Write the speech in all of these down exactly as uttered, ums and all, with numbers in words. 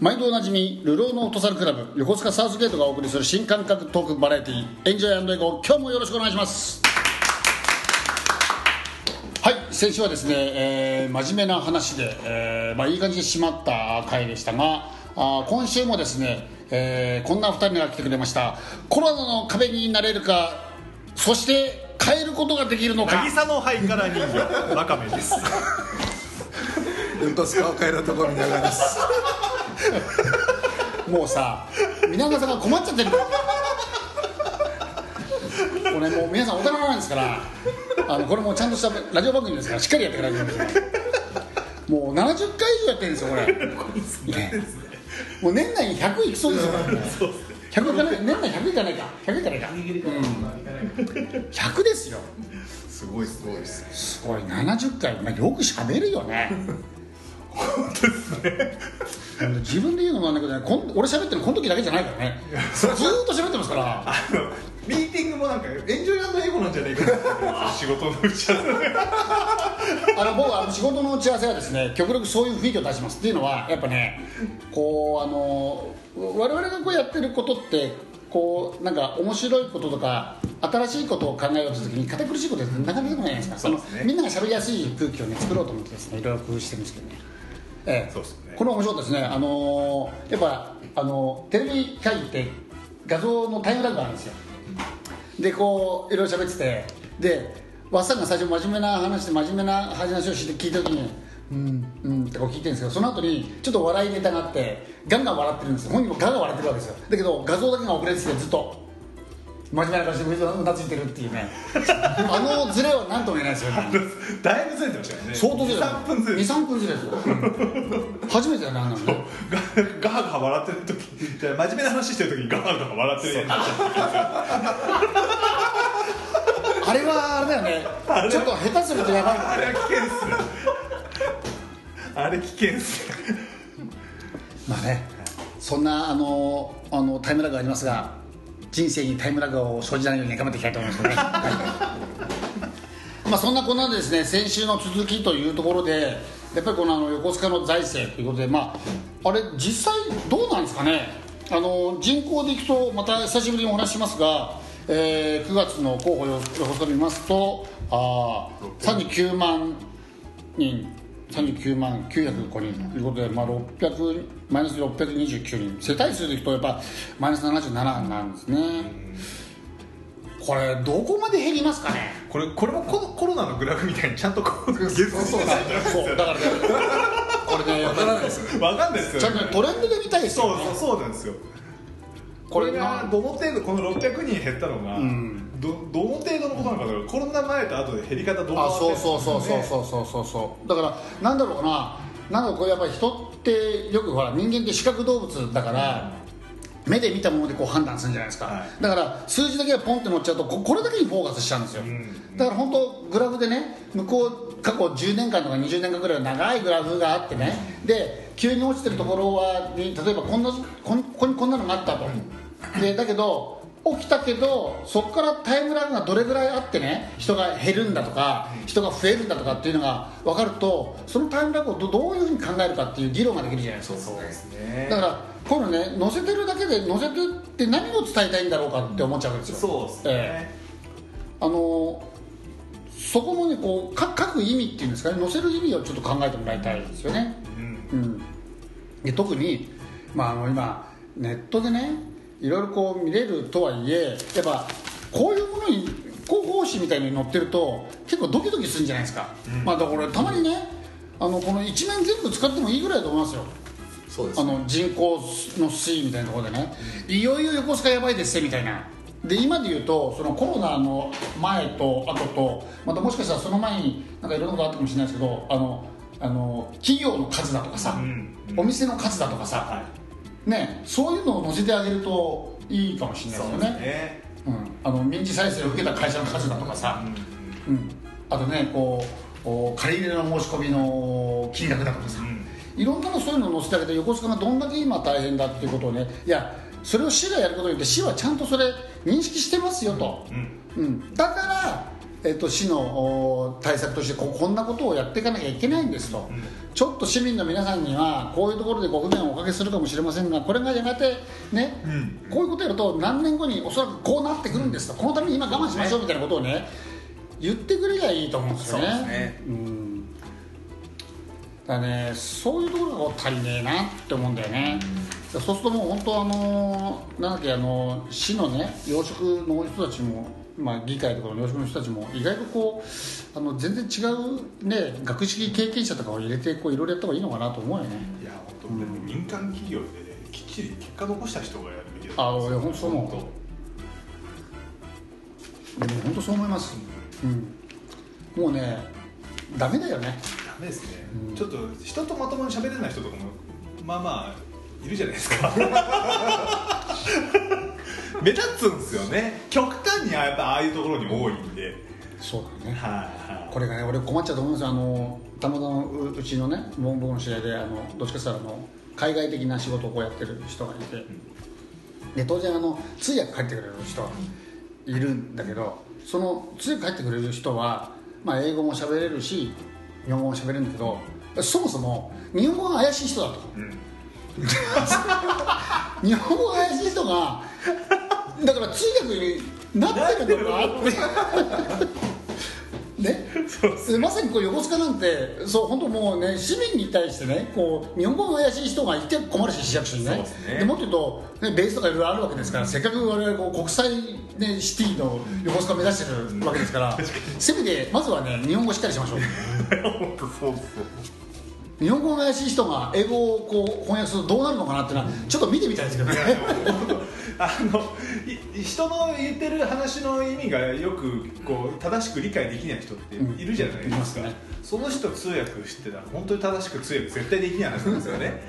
毎度おなじみ流浪のオトサルクラブ横須賀サウスゲートがお送りする新感覚トークバラエティエンジョイ&エゴ、今日もよろしくお願いします。はい、先週はですね、えー、真面目な話で、えーまあ、いい感じに締まった回でしたが、あ今週もですね、えー、こんなふたりが来てくれました。コロナの壁になれるか、そして変えることができるのか。 渚のハイカラ人形ワカメです横須賀を変えるところ見ながらですもうさ、皆川さんが困っちゃってるこれもう皆さん大人なんですから、あのこれもうちゃんとしたラジオ番組ですからしっかりやってください。もうななじゅっかい以上やってるんですよこれね。もう年内にひゃくいきそうですよひゃくいかない、年内ひゃくいかないかひゃくいかないか、うん、ひゃくですよ。 すごいすごいですすごいななじゅっかい、まあ、よく喋るよね本当ですね。 自分で言うのもなんだけどね、こん俺喋ってるのこの時だけじゃないからねずーっと喋ってますからあのミーティングもなんかエンジョイ&エゴなんじゃないかな仕事の打ち合わせあの僕は仕事の打ち合わせはですね、極力そういう雰囲気を出しますっていうのは、やっぱね、こうあの我々がこうやってることってこうなんか面白いこととか新しいことを考えようとするときに堅苦しいことってなかなかできないじゃないですか。 そうですね、 あのみんなが喋りやすい空気をね作ろうと思ってですね、いろいろ工夫してるんですけどね。ええ、 そうですね。 これ面白かったですね。あのー、やっぱあのテレビ会議って画像のタイムラグがあるんですよ。でこういろいろ喋ってて、でワッサンが最初真面目な話で真面目な話をして聞いた時にうんうんってこう聞いてるんですけど、その後にちょっと笑いネタがあってガンガン笑ってるんですよ。本人もガンガン笑ってるわけですよ。だけど画像だけが遅れててずっと真面目な感じでうなずいてるっていうねあのズレは何とも言えないですよだいぶずれてましたよね。 相当ずれてる。 にさんぷんずれてる。 にさんぷんずれてる、うん、初めてだねあんなのね。 ガハガハ笑ってる時、じゃあ真面目な話してる時にガハガハ笑ってるやつあれはあれだよね、ちょっと下手するとやばい。 あれは危険っすねあれ危険っすねまあね、そんなあのあのタイムラグがありますが、人生にタイムラグを生じないように頑張っていきたいと思いますね、はい、まあそんなこんなでですね、先週の続きというところでやっぱりこのあの横須賀の財政ということで、まああれ実際どうなんですかね。あの人口でいくとまた久しぶりにお話ししますが、えー、くがつの候補横須賀で見ますとあさんじゅうきゅうまんにんさんじゅうきゅうまんきゅうひゃくごにんということで、まあ、ろっぴゃくマイナスろっぴゃくにじゅうきゅうにん、世帯数でいくとやっぱマイナスななじゅうなななんですね。これどこまで減りますかね。 これこれもコロコロナのグラフみたいにちゃんとこうそうそうそうそうだからねこれね分からないですよ。 分かんないですよ、ね、 ちゃんと、ね、トレンドで見たいですよ、ね、 そうそうそうなんですよ。これがどの程度このろっぴゃくにん減ったのが、うん、ど, どの程度のことなのかとか、コロナ前と後で減り方どう変わってるんですか、ね、 あそうそうそうそうそうそうそうだからなんだろうかな、なんだろうこれやっぱり人ってよくほら人間って視覚動物だから、うん、目で見たものでこう判断するんじゃないですか、はい、だから数字だけがポンって乗っちゃうと こ, これだけにフォーカスしちゃうんですよ、うん、だから本当グラフでね、向こう過去じゅうねんかんとかにじゅうねんかんぐらいの長いグラフがあってね、で急に落ちてるところは例えばこんなこここにこんなのがあったと、うん、でだけど起きたけどそこからタイムラグがどれぐらいあってね、人が減るんだとか人が増えるんだとかっていうのが分かると、そのタイムラグを ど, どういうふうに考えるかっていう議論ができるじゃないですか。 そうですね。 だからこういうのね、載せてるだけで載せてって何を伝えたいんだろうかって思っちゃうんですよ。 そうですね、えー、あのそこもねこう書く意味っていうんですかね、載せる意味をちょっと考えてもらいたいですよね、うんうん、で特に、まあ、あの今ネットでねいろいろこう見れるとはいえ、やっぱこういうものに広報誌みたいに載ってると結構ドキドキするんじゃないですか、うん、まあだからたまにね、あのこの一面全部使ってもいいぐらいだと思いますよ。 そうです、ね、 あの人口の推移みたいなところでね、うん、いよいよ横須賀やばいですねみたいな。で今で言うとそのコロナの前と後とまたもしかしたらその前になんかいろんなことあったかもしれないですけど、あのあの企業の数だとかさ、うんうん、お店の数だとかさ、はいね、そういうのを載せてあげるといいかもしれないですよね。そうですね、うん、あの民事再生を受けた会社の数だとかさ、うんうん、あとねこう借り入れの申し込みの金額だとかさ、うん、いろんなのそういうのを載せてあげて、横須賀がどんだけ今大変だっていうことをね、いやそれを市がやることによって市はちゃんとそれ認識してますよと、うんうん、だからえー、と市の対策として こ, こんなことをやっていかなきゃいけないんですと、うん、ちょっと市民の皆さんにはこういうところでご不便をおかけするかもしれませんが、これがやがてね、うん、こういうことをやると何年後におそらくこうなってくるんですと、このために今我慢しましょうみたいなことをね言ってくれりゃいいと思うんですよね。そうですね、うん、だね、そういうところが足りねえなって思うんだよね、うん、そうするともう本当あのなんだっけあの市のね養殖の人たちも、まあ、議会とかの養殖の人たちも意外とこうあの全然違う、ね、学識経験者とかを入れてこういろいろやった方がいいのかなと思うよね。 いや本当、うん、民間企業で、ね、きっちり結果残した人がやるべきだと思います。あ、いや本当そう思う。でも本当そう思います、うん、もうねダメだよね。 ダメですね、うん、ちょっと人とまともに喋れない人とかもまあまあいるじゃないですか目立つんですよね。極端にやっぱああいうところに多いんで。 そうだね、はいはい、これがね俺困っちゃうと思うんですよ。あのたまたまうちのね僕の知り合いであのどっちかというとあの海外的な仕事をこうやってる人がいて、うん、で当然あの通訳帰ってくれる人はいるんだけど、その通訳帰ってくれる人は、まあ、英語も喋れるし日本語も喋れるんだけど、そもそも日本語が怪しい人だと、うん、日本語が怪しい人がだから通訳になってるのかってね、そうまさにこう横須賀なんてそう本当もうね市民に対してねこう日本語が怪しい人がいて困るし市役所に ね, で, ねでもっと言うと、ね、ベースとかいろいろあるわけですから、うん、せっかく我々こう国際、ね、シティの横須賀を目指してるわけですから、うん、せめてまずはね日本語しっかりしましょう本当そうそう日本語が怪しい人が英語をこう翻訳するとどうなるのかなっていうのはちょっと見てみたいですけどねあの人の言ってる話の意味がよくこう正しく理解できない人っているじゃないですか、うん、いますね。その人通訳してたら本当に正しく通訳絶対できない話なんですよね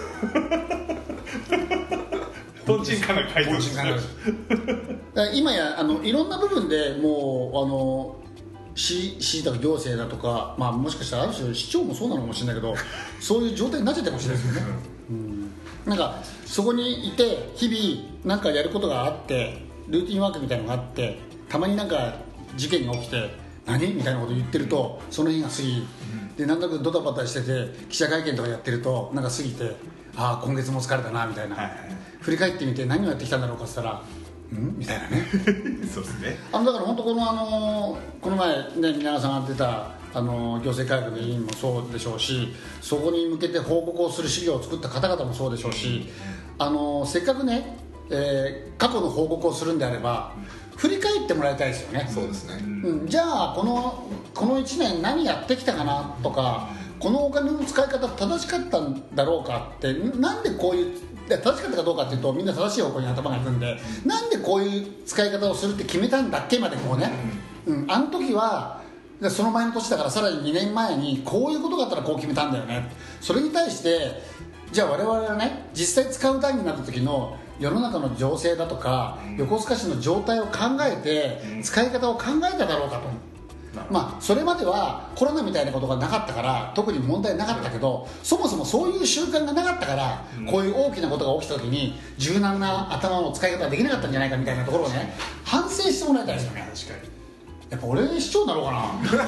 とんちんかな回答しない今やあのいろんな部分でもうあの市, 市だとか行政だとか、まあ、もしかしたらある種市長もそうなのかもしれないけどそういう状態になっちゃってるかもしれないですよね、うん、なんかそこにいて日々なんかやることがあってルーティンワークみたいなのがあってたまになんか事件が起きて何みたいなことを言ってるとその日が過ぎ、うん、でなんとなくドタバタしてて記者会見とかやってるとなんか過ぎてああ今月も疲れたなみたいな、はいはい、振り返ってみて何をやってきたんだろうかって言ったらんみたいなねそうですね。 あのだから本当このあのこの前ね皆川さんが出たあの行政改革の委員もそうでしょうし、そこに向けて報告をする資料を作った方々もそうでしょうし、あのせっかくね、えー、過去の報告をするんであれば振り返ってもらいたいですよね。 そうですね、 うん、じゃあこのこのいちねん何やってきたかなとか、このお金の使い方正しかったんだろうかって、なんでこういう正しかったかどうかっていうとみんな正しい方向に頭がいくんで、なんでこういう使い方をするって決めたんだっけまでこうね、うん、あの時はその前の年だからさらににねんまえにこういうことがあったらこう決めたんだよね。それに対してじゃあ我々はね実際使う段になった時の世の中の情勢だとか、うん、横須賀市の状態を考えて、うん、使い方を考えただろうかと。まあ、それまではコロナみたいなことがなかったから特に問題なかったけど、そもそもそういう習慣がなかったから、うん、こういう大きなことが起きた時に柔軟な頭の使い方ができなかったんじゃないかみたいなところをね反省してもらいたいですよね。確かにやっぱ俺市長になろうか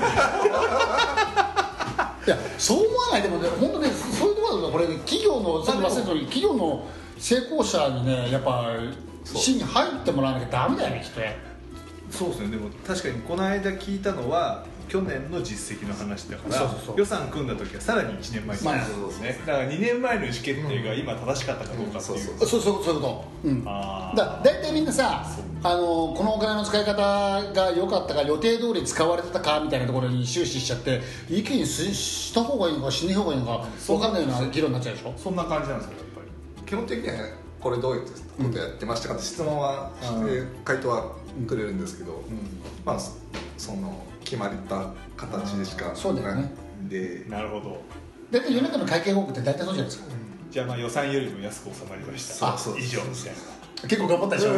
ないやそう思わない。でもね本当ねそういうところだとこれ、ね、企業のさっき忘れた通り企業の成功者にねやっぱ市に入ってもらわなきゃダメだよねきっとね。 そうですね。でも確かにこの間聞いたのは去年の実績の話だから、そうそうそう予算組んだ時はさらにいちねんまえに、まあ、そうですね。だからにねんまえの意思決定が今正しかったかどうかっていう、うんうん、そうそうそうそういうこと、うん、あだだいたいみんなさあのこのお金の使い方が良かったか予定通り使われてたかみたいなところに終始しちゃって意見した方がいいのかしない方がいいのか分かんないような議論になっちゃうでしょ。 そんな感じなんですよやっぱり。 基本的にはこれどういうことやってましたかって質問はして、うん、回答はくれるんですけど、うん、まあその決まった形でしかそうだよね。 でなるほど。 大体世の中の会計報告って大体そうじゃないですか、 うん、じゃあまあ予算よりも安く収まりましたあそう以上みたいな。結構頑張ったでしょ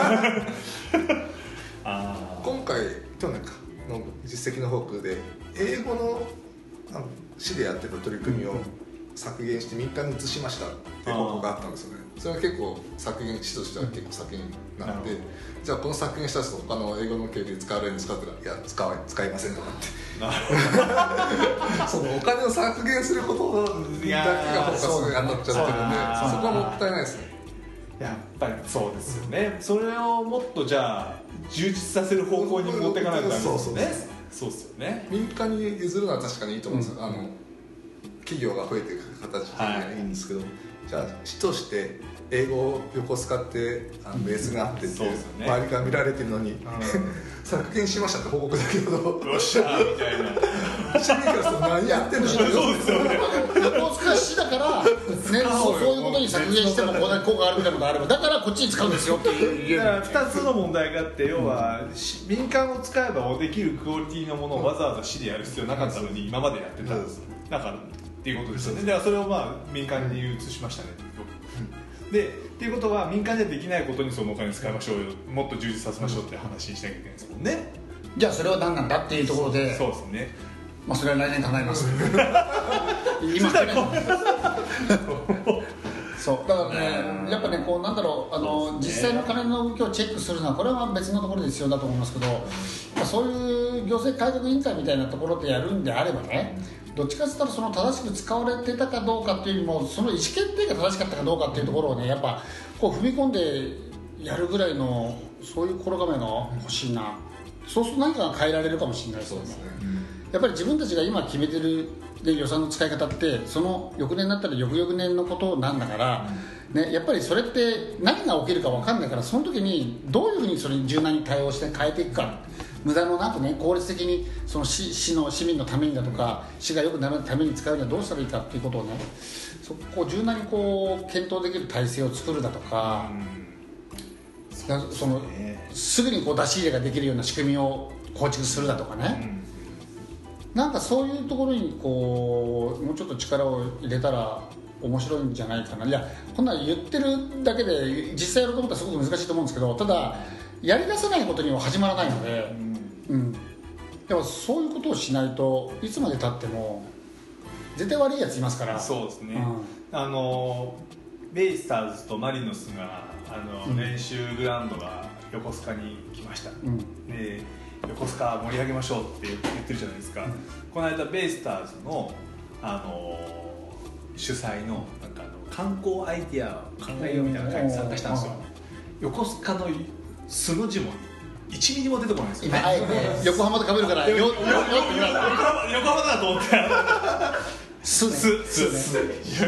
あ今回去年かの実績の報告で英語の市でやってた取り組みを削減して民間に移しましたっていう報告があったんですよね。それは結構削減市としては結構削減になって、うん、じゃあこの削減したやつと他の英語の経理で使われるんですかって言ったらいや使わ使いませんとかってそのお金を削減することだけがフォーカスになっちゃってるんで、そこはもったいないですね。 やっぱりそうですよね。それをもっとじゃあ充実させる方向に持っていかないとダメですよね。そうですよね。 民間に譲るのは確かにいいと思うんですよ、うん、あの企業が増えていく形でいいんですけど、はい、じゃあ市として英語を横須賀ってあのベースがあってって、ね、周りから見られてるのに、うん、削減しましたって報告だけどよっしゃーみたいな市民からすると何やってんのそうですよね。 横須賀市だから、ね、そういうことに削減してもこんなに効果があるみたいなことがあればだからこっちに使うんですよっていう。 だからふたつの問題があって、要は、うん、民間を使えばできるクオリティのものをわざわざ市でやる必要なかったのに今までやってたんです。だからっていうことですよね。だからそれをまあ民間に移しましたね。でっていうことは民間ではできないことにそのお金使いましょうよ、もっと充実させましょうって話にしなきゃいけないですもんね。 じゃあそれは何なんだっていうところで、 そうですね。 まあそれは来年考えます。今ね。そうだからね、やっぱねこうなんだろうあの、ね、実際の金の動きをチェックするのはこれは別のところで必要だと思いますけど、まあ、そういう行政改革委員会みたいなところでやるんであればね。どっちかというとその正しく使われてたかどうかっていうよりもその意思決定が正しかったかどうかっていうところをねやっぱこう踏み込んでやるぐらいのそういう心構えが欲しいな。そうすると何かが変えられるかもしれないですよね。そうですね、やっぱり自分たちが今決めてるで予算の使い方ってその翌年になったら翌々年のことなんだから、ね、やっぱりそれって何が起きるか分かんないからその時にどういうふうにそれに柔軟に対応して変えていくか。無駄のなくね効率的にその 市, 市の市民のためにだとか市が良くなるために使うにはどうしたらいいかっていうことをねそこを柔軟にこう検討できる体制を作るだとか、うん、そ, そのすぐにこう出し入れができるような仕組みを構築するだとかね、うん、なんかそういうところにこうもうちょっと力を入れたら面白いんじゃないかな。いやこんな言ってるだけで実際やろうと思ったらすごく難しいと思うんですけどただやり出さないことには始まらないので、うん、でもそういうことをしないといつまでたっても絶対悪いやついますから。 そうですね、うん、あのベイスターズとマリノスがあの、うん、練習グラウンドが横須賀に来ました、うん、で横須賀盛り上げましょうって言ってるじゃないですか、うん、この間ベイスターズの、あの主催のなんかあの観光アイディアを考えようみたいな会に参加したんですよ。横須賀の素の字もいちミリも出てこないんですよ、ね、 今あえて横浜と被るからよよよ横浜だと思ってすすす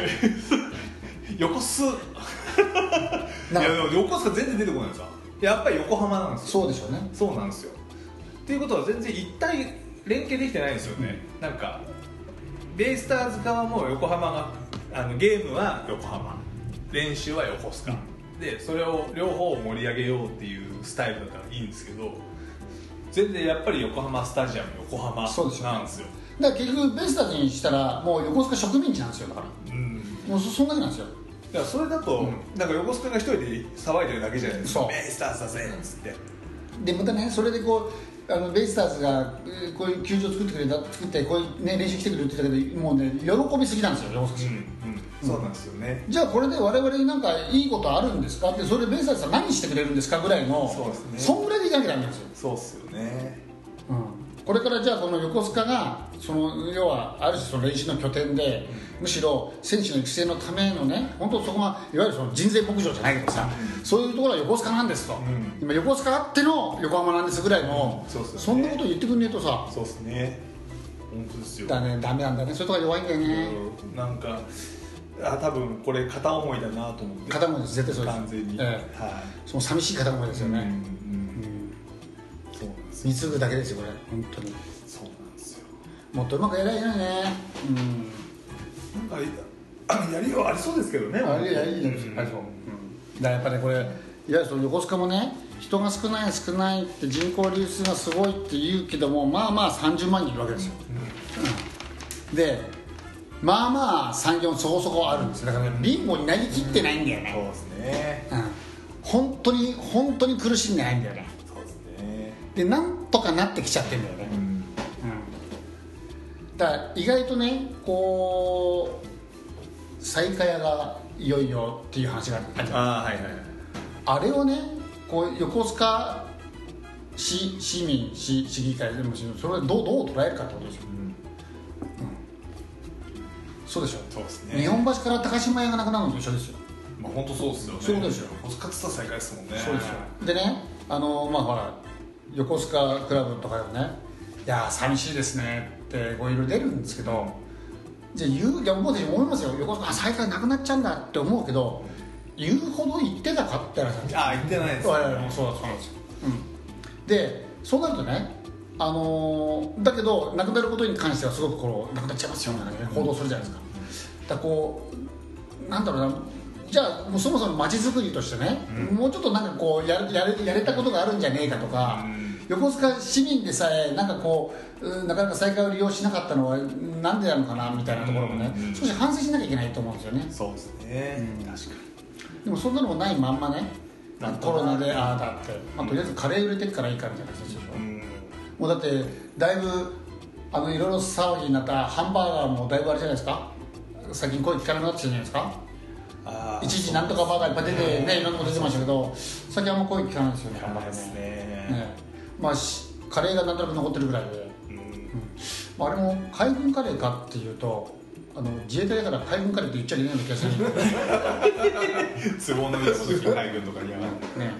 横須いや横須賀全然出てこないんですよ。やっぱり横浜なんですよ。 そうでしょうね。 そうなんですよ。っていうことは全然一体連携できてないんですよね、うん、なんかベイスターズ側も横浜があのゲームは横浜練習は横須賀、うんでそれを両方盛り上げようっていうスタイルだったらいいんですけど全然やっぱり横浜スタジアム横浜なんですよ。 だから結局ベイスターズにしたらもう横須賀植民地なんですよ。だから、うん、もう そ, そんだけなんですよ。 いやそれだと、うん、なんか横須賀が一人で騒いでるだけじゃないですか。ベイスターズだぜっつってでまたねそれでこうあのベイスターズがこういう球場作ってくれた作ってこういう、ね、練習来てくれるって言ったけどもうね喜びすぎなんですよ横須賀市、うんうんそうなんですよね。 じゃあこれで我々になんかいいことあるんですかってそれでベイスターズさん何してくれるんですかぐらいのそうですねそんぐらいでいかなきゃダメなんですよ。 そうっすよね、 うん、これからじゃあこの横須賀がその要はある種その練習の拠点で、うん、むしろ選手の育成のためのね本当そこがいわゆるその人材牧場じゃないけどさ、うん、そういうところは横須賀なんですと、うん、今横須賀あっての横浜なんですぐらいの、うん そ, うね、そんなこと言ってくんねえとさそうですね本当ですよだねダメなんだねそういうところが弱いんだよね、 うん、なんかあ多分これ片思いだなと思って片思いです絶対そうです完全に、 ええはい、その寂しい片思いですよね、うんうんうん、そうなんですよ貢ぐだけですよこれ本当にそうなんですよもっとうまくやらないよねうんなんかやりようありそうですけどねありやりいいですよ、うん、ありそう、うん、だからやっぱりこれいわゆるその横須賀もね人が少ない少ないって人口流出がすごいって言うけどもまあまあさんじゅうまんにんいるわけですよ、うん、でまあまあ産業そこそこあるんですよだから、ね、貧乏になりきってないんだよね、 うん、そうですね、 うん、本当に本当に苦しんでないんだよねそうですねでなんとかなってきちゃってんだよね、うんうん、だから意外とねこ西下屋がいよいよっていう話があったじゃない。 ああはいはいはい。 あれをねこう横須賀市市民 市, 市議会でもそれをどうどう捉えるかってことですよ、うんうん、そうでしょ。 そうですね。 日本橋から高島屋がなくなるのと一緒ですよ。 まあ本当そうですよね。 そういうことですよ。 横須賀って言ったら再開ですもんね。 そうですよ。でねあのまあほら横須賀クラブとかでもねいや寂しいですねってごいろいろ出るんですけど、じゃあ言ういや僕たち思いますよ。横須賀再開なくなっちゃうんだって思うけど言うほど言ってたかって話なんですよ。 ああ言ってないです、ね、 我々もそうだそうなんですよ、うん、でそうなるとねあのー、だけどなくなることに関してはすごくこうなくなっちゃいますよみたいな、ね、報道するじゃないですか。だからこうなんだろうなじゃあもうそもそも街づくりとしてね、うん、もうちょっとなんかこうやれやれやれたことがあるんじゃねえかとか、うん、横須賀市民でさえなんかこうなかなか再開を利用しなかったのはなんでなのかなみたいなところもね、うん、少し反省しなきゃいけないと思うんですよね。 そうですね、うん、確かに。 でもそんなのもないまんまねコロナでああだって、まあ、とりあえずカレー売れてるからいいかみたいな話でしょ、うん、もうだってだいぶあのいろいろ騒ぎになったハンバーガーもだいぶあれじゃないですか。最近声聞かなくなってきたじゃないですか。あ一時なんとかバーガーいっぱい出てねいろんなこと出てましたけど最近あんま声聞かないですよね。ハンバーガーね。ねまあカレーがなんとなく残ってるぐらいで、うんうんまあ、あれも海軍カレーかっていうとあの自衛隊だから海軍カレーって言っちゃいけないような気がする。 都合のいいことに海軍とかに上がってね。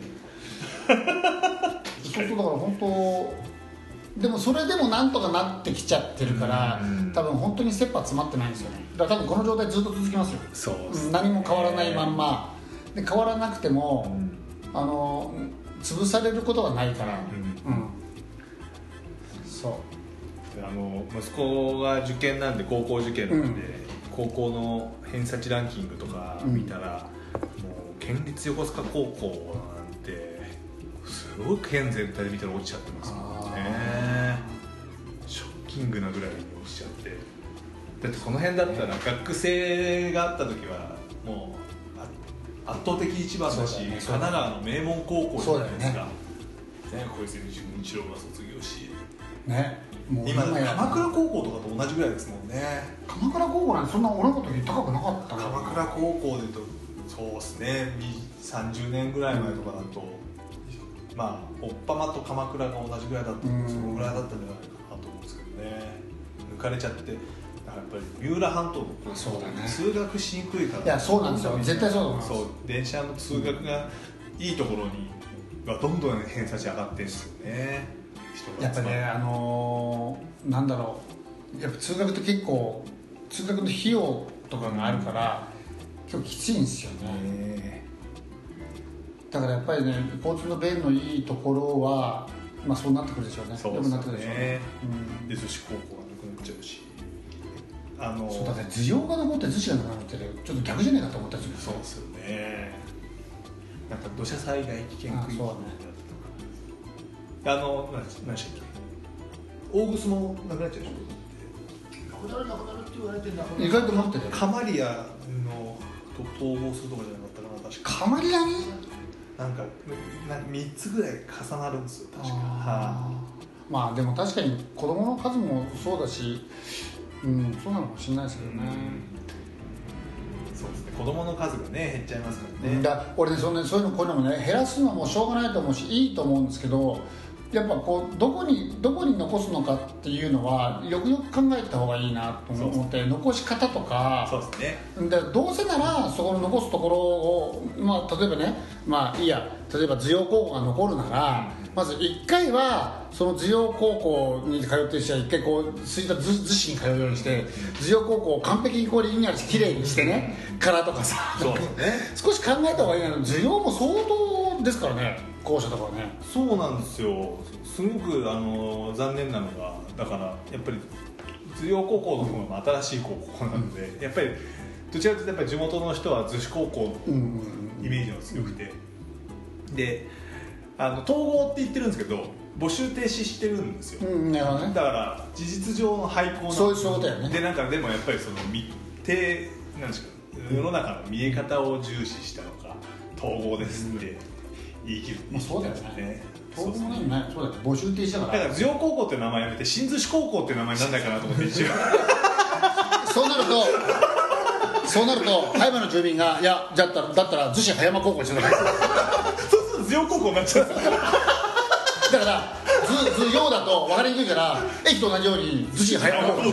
そうそうだから本当でもそれでもなんとかなってきちゃってるから、うん、多分本当に切羽詰まってないんですよね。だから多分この状態ずっと続きますよ。 そうですね、 何も変わらないまんまで変わらなくても、うん、あの潰されることはないから、うんうん、そうあの息子が受験なんで高校受験なんで、うん、高校の偏差値ランキングとか見たら、うん、もう県立横須賀高校なんてすごい県全体で見たら落ちちゃってますもんね。ショッキングなぐらいに落ちちゃって、だってこの辺だったら学生があった時はもう圧倒的一番だし、ね、神奈川の名門高校じゃないですか。ね、小泉純一郎が卒業し、 ね、 もう今鎌倉高校とかと同じぐらいですもんね。 鎌倉高校なんてそんな俺のこと高くなかった鎌倉高校でいうとそうですねさんじゅうねんぐらい前とかだと、うん、まあおっぱまと鎌倉が同じぐらいだった、うん、そのぐらいだったんじゃないかなと思うんですけどね。抜かれちゃってやっぱり三浦半島のそうだ、ね、 通学しにくいから。 いやそうなんですよ絶対そうだと思います。 そう電車の通学がいいところにはどんどん偏差値上がってるんですよね。 やっぱねあのー、なんだろうやっぱ通学って結構通学の費用とかがあるから、うん、結構きついんですよね。だからやっぱりね交通の便のいいところはまあそうなってくるでしょうね。 そうですね。なってくるでしょうね。で逗子高校がなくなっちゃうし、あのー、 そうだね頭上が残って逗子がなくなってちょっと逆じゃないかと思ったりする。 そうですよね。なんか土砂災害危険区域になってあの何でしたっけ大楠もなくなっちゃうでしょ。 なくなるなくなるって言われてるんだ。意外と待ってる。 カマリアの統合するとかじゃなかったかな確か。 カマリアになんかみっつぐらい重なるんですよ確か。はあ、 まあでも確かに子供の数もそうだし、うん、そうなのかもしれないですけどね。 そうですね、子供の数がね減っちゃいますからね。 だ俺ねそんなそういうのこういうのもね減らすのもしょうがないと思うしいいと思うんですけど、やっぱこうどこにどこに残すのかっていうのはよくよく考えた方がいいなと思って、残し方とか。 そうですね。 でどうせならそこの残すところを、まあ、例えばねまあいいや例えば頭陽高校が残るなら、うん、まずいっかいはその頭陽高校に通ってる人はいっかいこう吹田逗子に通うようにして頭陽高校を完璧にこうリニューアルしてきれいにしてねからとかさそうですね少し考えた方がいいな。頭陽も相当ですからね校舎とかはね。 そうなんですよ。すごくあの残念なのがだからやっぱり頭陽高校の方が新しい高校なので、うん、やっぱりどちらかというとやっぱり地元の人は逗子高校のイメージが強くて、うん、であの統合って言ってるんですけど募集停止してるんですよ、 うんね、だから事実上の廃校なんそういうことだよね。 でなんかでもやっぱりその密定なんですか世の中の見え方を重視したのか統合ですって言い切るっていう、 そうだよね。統合もないね。そうだよ募集停止だから。 だから頭陽高校っていう名前やめて新逗子高校っていう名前にならないかなと思って一応そうなるとそうなると葉山の住民がいやだったらだったら逗子葉山高校にするのかそうすると津陽高校になっちゃうだから図図用だと分かりにくいから駅と同じように逗子葉山高校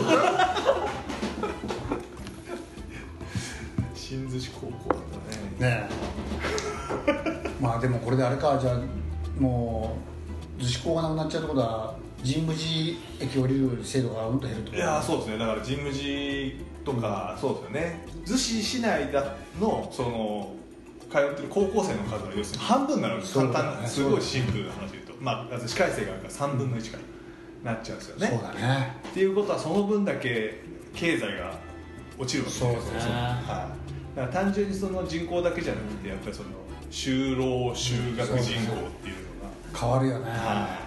新逗子高校だったねねえまあでもこれであれかじゃあもう逗子高がなくなっちゃうってことは神武寺駅降りる制度がうんと減るってこといやそうですねだから神武寺とか、うん、そうですよね逗子市内だのその通ってる高校生の数は要するに半分なので簡単な、ね、すごいシンプルな話で言うとまあ女子大生があるからさんぶんのいちからなっちゃうんですよねそうだねっていうことはその分だけ経済が落ちるわけですよそうですね、 はい、だから単純にその人口だけじゃなくてやっぱりその就労就学人口っていうのが変わるよね、 はい、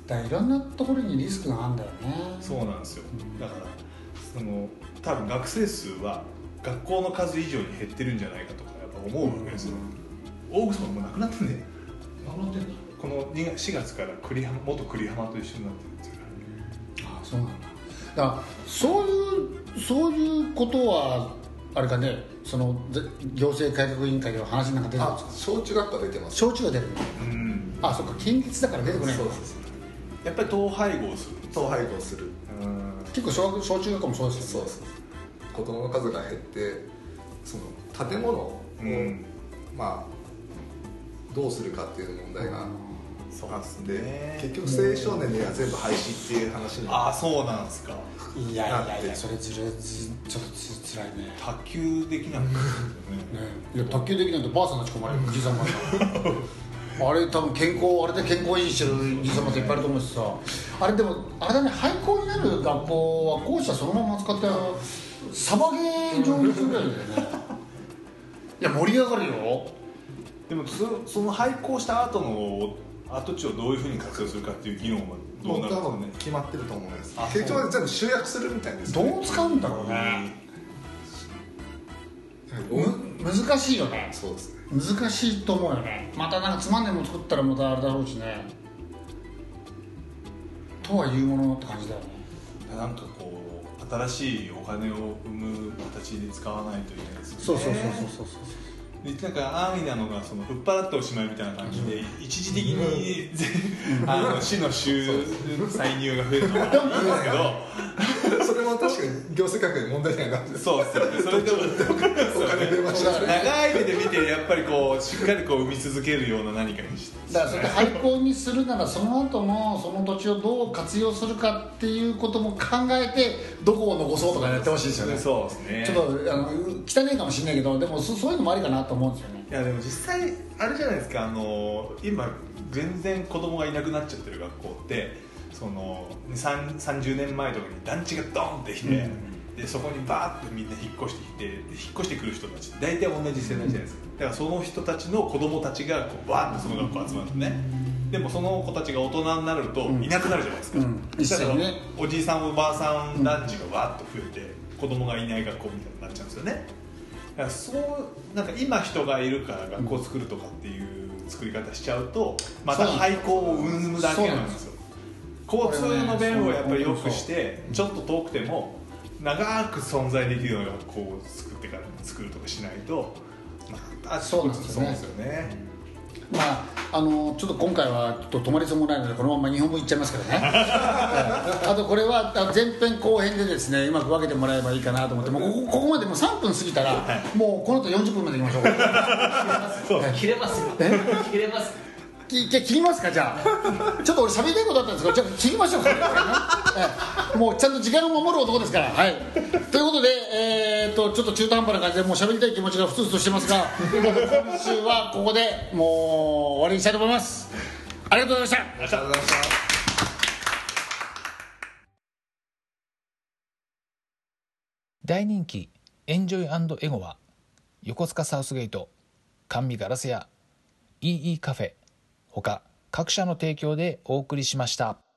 だからいろんなところにリスクがあるんだよねそうなんですよ、だからその多分学生数は学校の数以上に減ってるんじゃないかとかやっぱ思うわけですよ、うん、大楠ももうなくなってんだよなくなってんだこのしがつから栗浜元栗浜と一緒になってるっていうか、ああそうなんだだからそういうそういうことはあれかねその行政改革委員会では話なんか出てるんですか小中学科出てます小中が出るの、 うん、 あそっか県立だから出てこないんだそうそうそうやっぱり統廃合する統廃合するうん結構小学小中学校もそうですよねそうそう子供の数が減ってその建物を、うん、まあどうするかっていう問題があって、ね、結局青少年には全部廃止っていう話にああそうなんですかいやいやいやそれずれずちょっとつつらいね卓球できなくなるんですよねいや卓球できないとばあさんがち込まれるじいさんばあさんあれ多分健康あれで健康維持してるじいさんばあさんいっぱいいると思うしさあれでもあれだね廃校になる学校は校舎そのまま使ってサバゲー場にするぐらいだよねいや盛り上がるよでもそその廃校した後の跡地をどういうふうに活用するかっていう議論はどうなるんですかね決まってると思うんです結局は全部集約するみたいです、 ね、どう使うんだろうね、む難しいよねそうですね難しいと思うよねまたなんかつまんないもの作ったらまたあれだろうしねとはいうものって感じだよねなんかこう新しいお金を生む形で使わないといけないですよねそうそうそうそうそうそうでなんか安易なのがその売っ払っておしまいみたいな感じで、うん、一時的に、うん、あの市の収歳入が増えるのはいいんですけどそれも確かに行政改革に問題にはなってそうですよねそれでもお金出ましたね長い目で見てやっぱりこうしっかりこう生み続けるような何かにしてだからそれで廃校にするならその後のその土地をどう活用するかっていうことも考えてどこを残そうとかやってほしいですよねそうですねちょっとあの汚いかもしれないけどでも そ, そういうのもありかなと思うんですよねいやでも実際あれじゃないですかあの今全然子供がいなくなっちゃってる学校ってそのさんじゅうねんまえとかに団地がドーンってきて、うん、でそこにバーッとみんな引っ越してきて引っ越してくる人たち大体同じ世代じゃないですか、うん、だからその人たちの子供たちがこうバーッとその学校集まるんですね、うん、でもその子たちが大人になるといなくなるじゃないですか、うん、だからね、おじいさんおばあさん団地がわーっと増えて子供がいない学校みたいになっちゃうんですよねだからそうなんか今人がいるから学校を作るとかっていう作り方しちゃうとまた廃校を生むだけなんですよ交通の便をやっぱり良くしてちょっと遠くても長く存在できるような学校を作ってから作るとかしないとまあそうなんですよねまあ、あのちょっと今回はちょっと止まりそうもないのでこのままにほんぶんいっちゃいますけどねあとこれは前編後編でですねうまく分けてもらえばいいかなと思ってもうここ、ここまでもうさんぷん過ぎたら、はい、もうこの後よんじゅっぷんまでいきましょう切れますよ切れますき切りますかじゃあちょっと俺喋りたいことあったんですけどじゃあ切りましょうか、ね、もうちゃんと時間を守る男ですからはいということで、えー、とちょっと中途半端な感じでもう喋りたい気持ちがふつふつとしてますが今週はここでもう終わりにしたいと思いますありがとうございました。 ありがとうございました。 大人気エンジョイ&エゴは横須賀サウスゲート、甘味ガラス屋、イーイーカフェ他各社の提供でお送りしました。